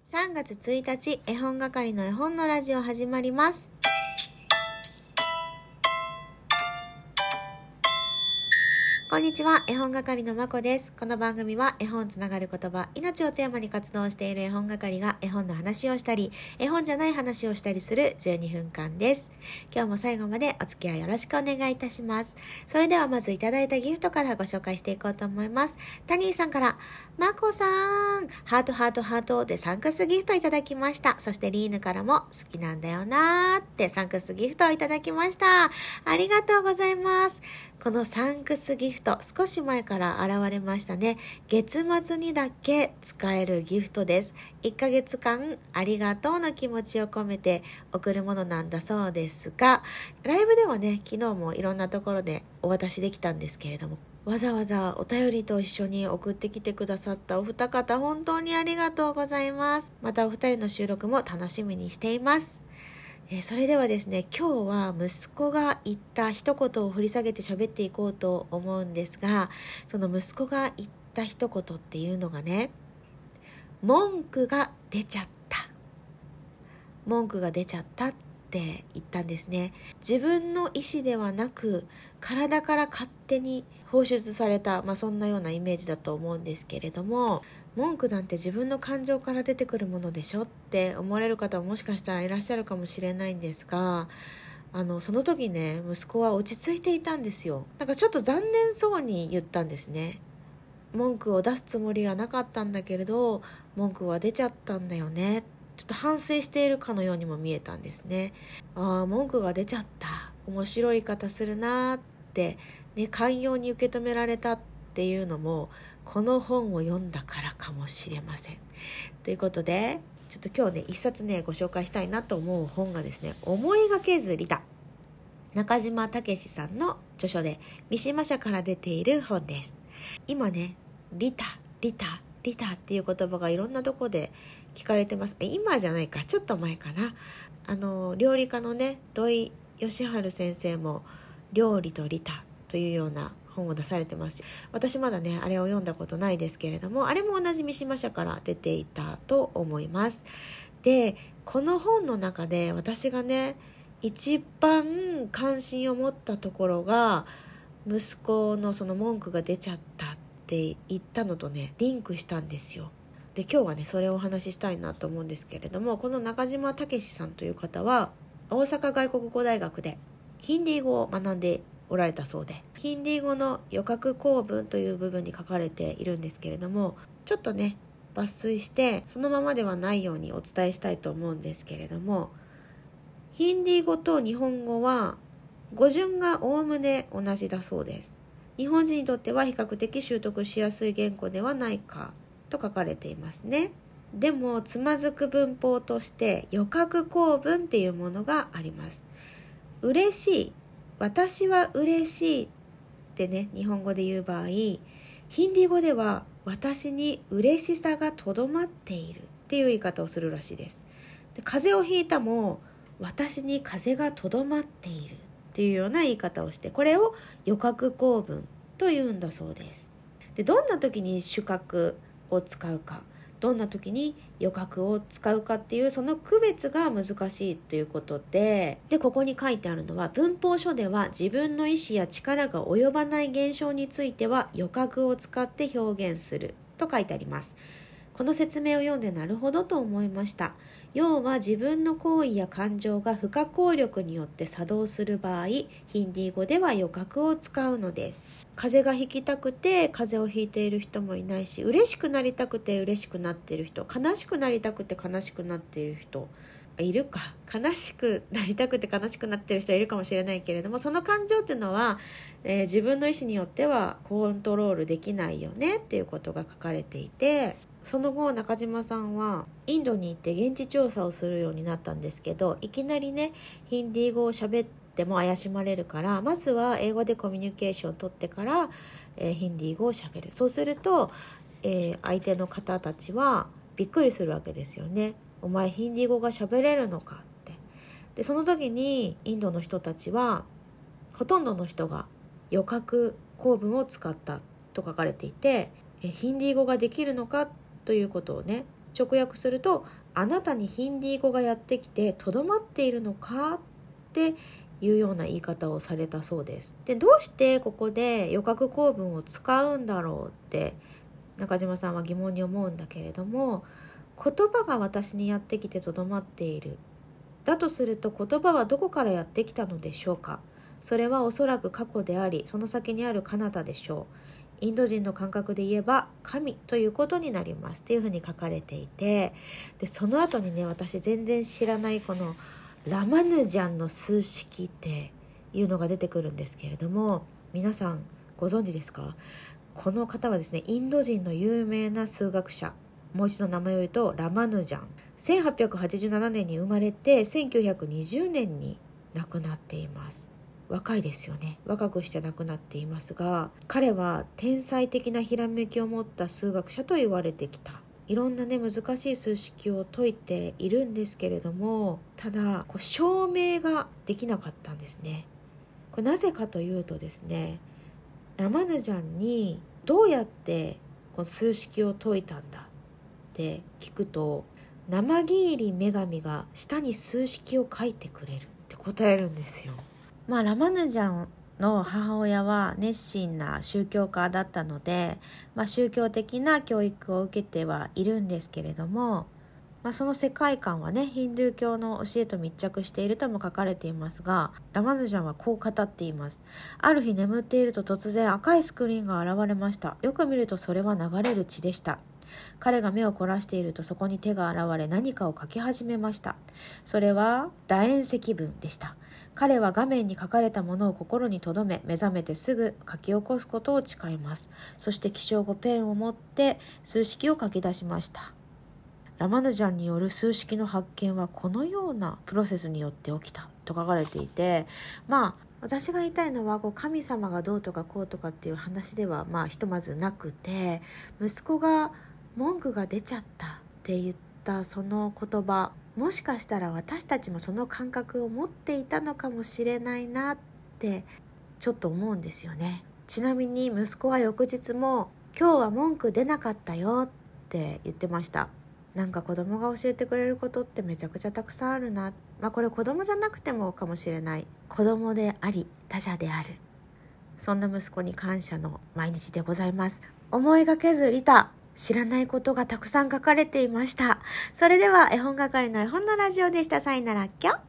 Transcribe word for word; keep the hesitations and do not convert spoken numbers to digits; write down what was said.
さんがつついたち、絵本係の絵本のラジオ始まります。こんにちは、絵本係のまこです。この番組は絵本つながる言葉、命をテーマに活動している絵本係が絵本の話をしたり、絵本じゃない話をしたりするじゅうにふんかんです。今日も最後までお付き合いよろしくお願いいたします。それではまずいただいたギフトからご紹介していこうと思います。タニーさんから、まこさん、ハートハートハートでサンクスギフトいただきました。そしてリーヌからも好きなんだよなーってサンクスギフトをいただきました。ありがとうございます。このサンクスギフト、少し前から現れましたね。月末にだけ使えるギフトです。いっかげつかんありがとうの気持ちを込めて贈るものなんだそうですが、ライブではね、昨日もいろんなところでお渡しできたんですけれども、わざわざお便りと一緒に送ってきてくださったお二方、本当にありがとうございます。またお二人の収録も楽しみにしています。えー、それではですね、今日は息子が言った一言を掘り下げて喋っていこうと思うんですが、その息子が言った一言っていうのがね、文句が出ちゃった文句が出ちゃったって言ったんですね。自分の意思ではなく体から勝手に放出された、まあ、そんなようなイメージだと思うんですけれども、文句なんて自分の感情から出てくるものでしょって思われる方ももしかしたらいらっしゃるかもしれないんですが、あのその時ね、息子は落ち着いていたんですよ。なんかちょっと残念そうに言ったんですね。文句を出すつもりはなかったんだけれど、文句は出ちゃったんだよね。ちょっと反省しているかのようにも見えたんですね。ああ、文句が出ちゃった、面白い言い方するなって、ね、寛容に受け止められたっていうのもこの本を読んだからかもしれません。ということで、ちょっと今日ね、一冊ねご紹介したいなと思う本がですね、思いがけずリタ、中島武史さんの著書で三島社から出ている本です。今ね、リタリタリタっていう言葉がいろんなとこで聞かれてます。今じゃないか、ちょっと前かな。あの料理家のね、土井善晴先生も料理とリタというような本を出されてますし、私まだねあれを読んだことないですけれども、あれも同じ三島社から出ていたと思います。で、この本の中で私がね一番関心を持ったところが、息子のその文句が出ちゃったって言ったのとねリンクしたんですよ。で、今日はねそれをお話ししたいなと思うんですけれども、この中島武史さんという方は大阪外国語大学でヒンディー語を学んでおられたそうで、ヒンディー語の余白構文という部分に書かれているんですけれども、ちょっとね抜粋してそのままではないようにお伝えしたいと思うんですけれども、ヒンディー語と日本語は語順がおおむね同じだそうです。日本人にとっては比較的習得しやすい言語ではないかと書かれていますね。でもつまずく文法として余白構文っていうものがあります。嬉しい、私は嬉しいってね、日本語で言う場合、ヒンディー語では私に嬉しさがとどまっているっていう言い方をするらしいです。で、風邪をひいたも私に風邪がとどまっているっていうような言い方をして、これを余白構文というんだそうです。で、どんな時に主格を使うか、どんな時に余白を使うかっていうその区別が難しいということで、でここに書いてあるのは、文法書では自分の意思や力が及ばない現象については余白を使って表現すると書いてあります。この説明を読んでなるほどと思いました。要は自分の行為や感情が不可抗力によって作動する場合、ヒンディー語では余白を使うのです。風邪がひきたくて風邪をひいている人もいないし、嬉しくなりたくて嬉しくなっている人、悲しくなりたくて悲しくなっている人いるか。悲しくなりたくて悲しくなっている人はいるかもしれないけれども、その感情っていうのは、えー、自分の意思によってはコントロールできないよねっていうことが書かれていて、その後中島さんはインドに行って現地調査をするようになったんですけど、いきなりねヒンディー語を喋っても怪しまれるから、まずは英語でコミュニケーションを取ってから、えー、ヒンディー語を喋る。そうすると、えー、相手の方たちはびっくりするわけですよね。お前ヒンディー語が喋れるのかって。でその時にインドの人たちはほとんどの人が余白構文を使ったと書かれていて、えヒンディー語ができるのかということをね直訳すると、あなたにヒンディー語がやってきてとどまっているのかっていうような言い方をされたそうです。で、どうしてここで余格構文を使うんだろうって中島さんは疑問に思うんだけれども、言葉が私にやってきてとどまっている。だとすると言葉はどこからやってきたのでしょうか。それはおそらく過去であり、その先にある彼方でしょう。インド人の感覚で言えば神ということになりますっていうふうに書かれていて、でその後にね、私全然知らないこのラマヌジャンの数式っていうのが出てくるんですけれども、皆さんご存知ですか？この方はですね、インド人の有名な数学者、もう一度名前を言うとラマヌジャン。せんはっぴゃくはちじゅうななねんに生まれてせんきゅうひゃくにじゅうねんに亡くなっています。若いですよね。若くして亡くなっていますが、彼は天才的なひらめきを持った数学者と言われてきた。いろんなね、難しい数式を解いているんですけれども、ただこう証明ができなかったんですね。これなぜかというとですね、ラマヌジャンにどうやってこの数式を解いたんだって聞くと、生ギーリ女神が下に数式を書いてくれるって答えるんですよ。まあラマヌジャンの母親は熱心な宗教家だったので、まあ、宗教的な教育を受けてはいるんですけれども、まあ、その世界観はね、ヒンドゥー教の教えと密着しているとも書かれていますが、ラマヌジャンはこう語っています。ある日眠っていると突然赤いスクリーンが現れました。よく見るとそれは流れる血でした。彼が目を凝らしているとそこに手が現れ、何かを書き始めました。それは楕円積分でした。彼は画面に書かれたものを心に留め、目覚めてすぐ書き起こすことを誓います。そして起床後ペンを持って数式を書き出しました。ラマヌジャンによる数式の発見はこのようなプロセスによって起きたと書かれていて、まあ私が言いたいのは、こう神様がどうとかこうとかっていう話ではまあひとまずなくて、息子が文句が出ちゃったって言ったその言葉、もしかしたら私たちもその感覚を持っていたのかもしれないなってちょっと思うんですよね。ちなみに息子は翌日も今日は文句出なかったよって言ってました。なんか子供が教えてくれることってめちゃくちゃたくさんあるな。まあこれ子供じゃなくてもかもしれない。子供であり他者である。そんな息子に感謝の毎日でございます。思いがけずリタ、知らないことがたくさん書かれていました。それでは絵本係の絵本のラジオでした。さよならっきょ。